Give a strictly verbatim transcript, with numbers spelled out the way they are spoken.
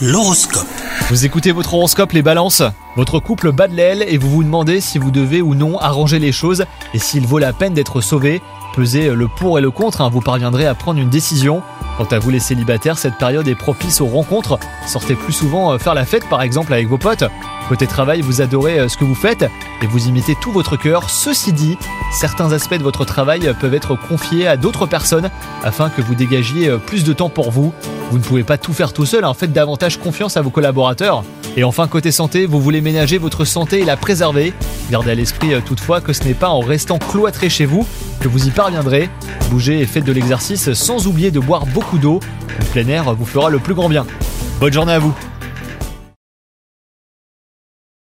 L'horoscope. Vous écoutez votre horoscope les balances. Votre couple bat de l'aile et vous vous demandez si vous devez ou non arranger les choses et s'il vaut la peine d'être sauvé. Pesez le pour et le contre, hein, vous parviendrez à prendre une décision. Quant à vous les célibataires, cette période est propice aux rencontres. Sortez plus souvent faire la fête par exemple avec vos potes. Côté travail, vous adorez ce que vous faites et vous y mettez tout votre cœur. Ceci dit, certains aspects de votre travail peuvent être confiés à d'autres personnes afin que vous dégagiez plus de temps pour vous. Vous ne pouvez pas tout faire tout seul, hein. Faites davantage confiance à vos collaborateurs. Et enfin, côté santé, vous voulez ménager votre santé et la préserver. Gardez à l'esprit toutefois que ce n'est pas en restant cloîtré chez vous que vous y parviendrez. Bougez et faites de l'exercice sans oublier de boire beaucoup d'eau. Le plein air vous fera le plus grand bien. Bonne journée à vous.